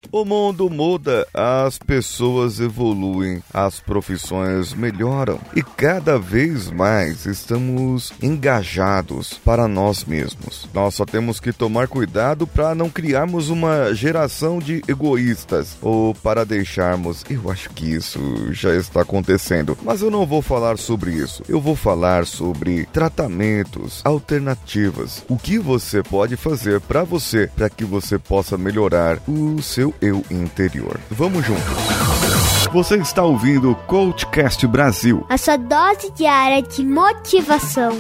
O mundo muda, as pessoas evoluem, as profissões melhoram e cada vez mais estamos engajados para nós mesmos. Nós só temos que tomar cuidado para não criarmos uma geração de egoístas ou para deixarmos... Eu acho que isso já está acontecendo, mas eu não vou falar sobre isso. Eu vou falar sobre tratamentos, alternativas, o que você pode fazer para que você possa melhorar o seu eu interior. Vamos juntos. Você está ouvindo o Coachcast Brasil, a sua dose diária de motivação.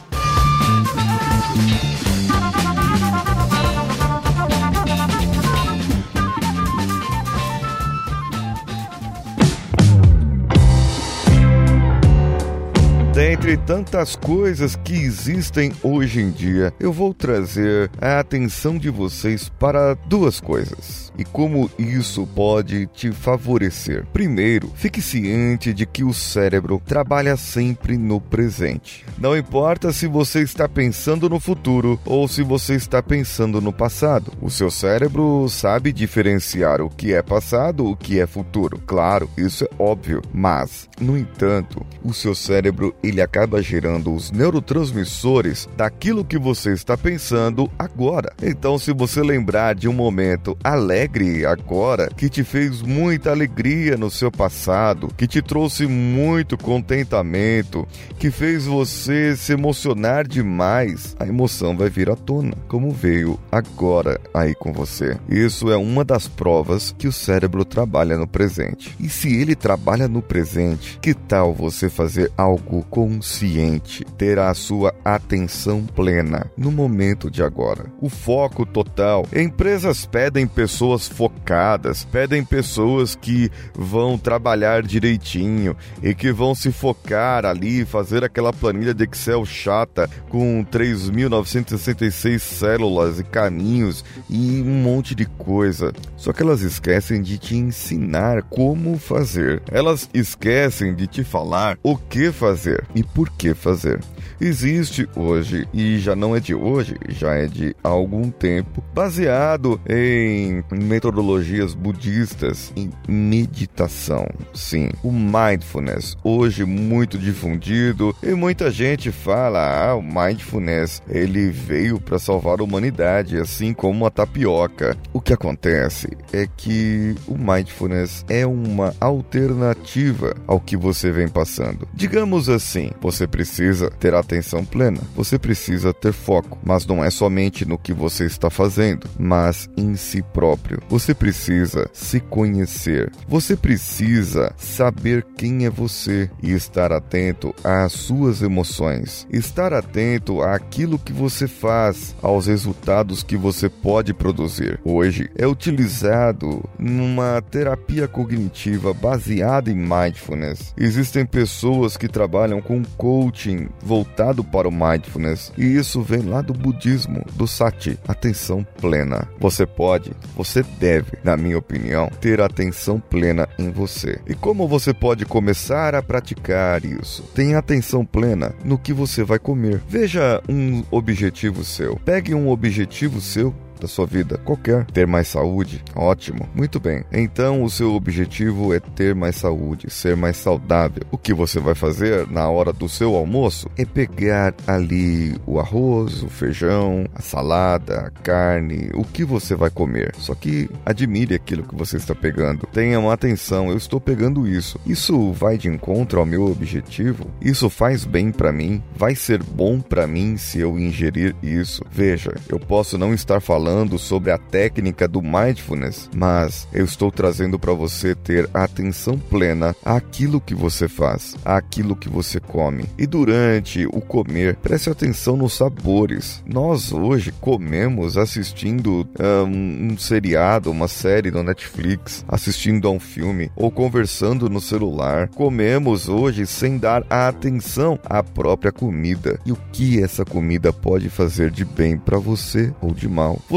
Dentre tantas coisas que existem hoje em dia, eu vou trazer a atenção de vocês para duas coisas e como isso pode te favorecer. Primeiro, fique ciente de que o cérebro trabalha sempre no presente. Não importa se você está pensando no futuro ou se você está pensando no passado. O seu cérebro sabe diferenciar o que é passado e o que é futuro. Claro, isso é óbvio, mas, no entanto, o seu cérebro ele acaba gerando os neurotransmissores daquilo que você está pensando agora. Então, se você lembrar de um momento alegre agora, que te fez muita alegria no seu passado, que te trouxe muito contentamento, que fez você se emocionar demais, a emoção vai vir à tona, como veio agora aí com você. Isso é uma das provas que o cérebro trabalha no presente. E se ele trabalha no presente, que tal você fazer algo consciente, ter a sua atenção plena no momento de agora? O foco total. Empresas pedem pessoas focadas, pedem pessoas que vão trabalhar direitinho e que vão se focar ali, fazer aquela planilha de Excel chata com 3.966 células e caminhos e um monte de coisa. Só que elas esquecem de te ensinar como fazer. Elas esquecem de te falar o que fazer e por que fazer. Existe hoje, e já não é de hoje, já é de algum tempo, baseado em metodologias budistas, em meditação. Sim, o mindfulness, hoje muito difundido, e muita gente fala, o mindfulness, ele veio para salvar a humanidade, assim como a tapioca. O que acontece é que o mindfulness é uma alternativa ao que você vem passando. Digamos assim, você precisa ter atenção plena, você precisa ter foco, mas não é somente no que você está fazendo, mas em si próprio. Você precisa se conhecer, você precisa saber quem é você e estar atento às suas emoções, estar atento àquilo que você faz, aos resultados que você pode produzir. Hoje é utilizado numa terapia cognitiva baseada em mindfulness. Existem pessoas que trabalham com coaching voltado para o mindfulness, e isso vem lá do budismo, do sati, atenção plena. Você deve, na minha opinião, ter atenção plena em você. E como você pode começar a praticar isso? Tenha atenção plena no que você vai comer. Veja um objetivo seu. Pegue um objetivo seu da sua vida, qualquer. Ter mais saúde? Ótimo, muito bem. Então o seu objetivo é ter mais saúde, ser mais saudável. O que você vai fazer na hora do seu almoço é pegar ali o arroz, o feijão, a salada, a carne, o que você vai comer. Só que admire aquilo que você está pegando. Tenha uma atenção, eu estou pegando isso. Isso vai de encontro ao meu objetivo? Isso faz bem para mim? Vai ser bom para mim se eu ingerir isso? Veja, eu posso não estar falando sobre a técnica do mindfulness, mas eu estou trazendo para você ter atenção plena àquilo que você faz, àquilo que você come. E durante o comer, preste atenção nos sabores. Nós hoje comemos assistindo um seriado, uma série no Netflix, assistindo a um filme ou conversando no celular. Comemos hoje sem dar a atenção à própria comida e o que essa comida pode fazer de bem para você ou de mal.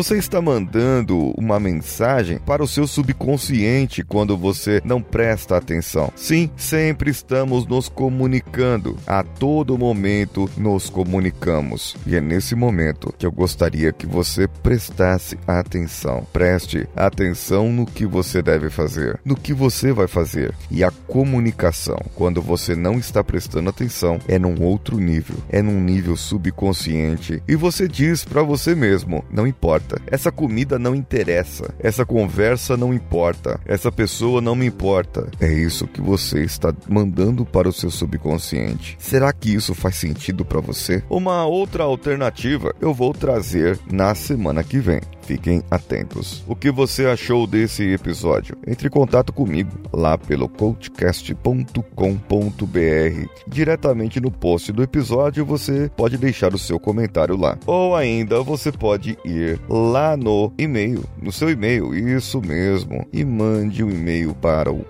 Você está mandando uma mensagem para o seu subconsciente quando você não presta atenção. Sim, sempre estamos nos comunicando. A todo momento nos comunicamos. E é nesse momento que eu gostaria que você prestasse atenção. Preste atenção no que você deve fazer, no que você vai fazer. E a comunicação, quando você não está prestando atenção, é num outro nível. É num nível subconsciente. E você diz para você mesmo, não importa. Essa comida não interessa. Essa conversa não importa. Essa pessoa não me importa. É isso que você está mandando para o seu subconsciente. Será que isso faz sentido para você? Uma outra alternativa eu vou trazer na semana que vem. Fiquem atentos. O que você achou desse episódio? Entre em contato comigo lá pelo coachcast.com.br. Diretamente no post do episódio você pode deixar o seu comentário lá. Ou ainda você pode ir lá no e-mail, no seu e-mail, isso mesmo, e mande um e-mail para o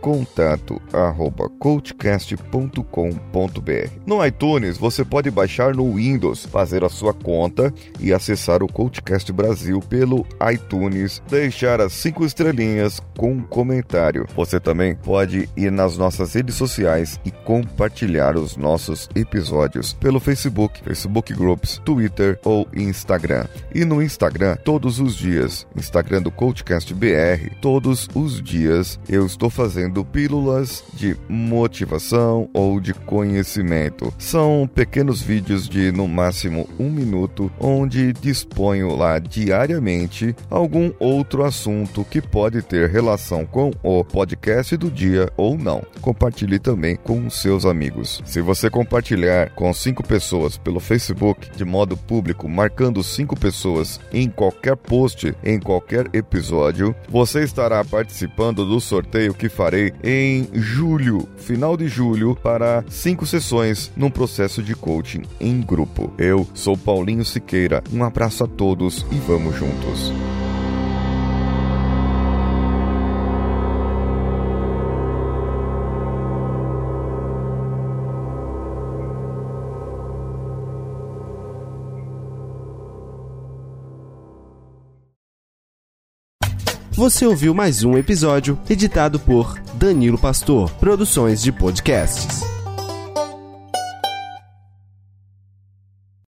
contato@coachcast.com.br. No iTunes você pode baixar no Windows, fazer a sua conta e acessar o Coachcast Brasil pelo iTunes, deixar as 5 estrelinhas com um comentário. Você também pode ir nas nossas redes sociais e compartilhar os nossos episódios pelo Facebook Groups, Twitter ou Instagram. E no Instagram, todos os dias, Instagram do Coachcast BR, todos os dias eu estou fazendo pílulas de motivação ou de conhecimento. São pequenos vídeos de no máximo 1 minuto, onde disponho lá diariamente algum outro assunto que pode ter relação com o podcast do dia ou não. Compartilhe também com seus amigos. Se você compartilhar com 5 pessoas pelo Facebook de modo público, marcando 5 pessoas em qualquer post, em qualquer episódio, você estará participando do sorteio que farei em julho, final de julho, para 5 sessões num processo de coaching em grupo. Eu sou Paulinho Siqueira, um abraço a todos e vamos juntos. Você ouviu mais um episódio editado por Danilo Pastor, Produções de Podcasts.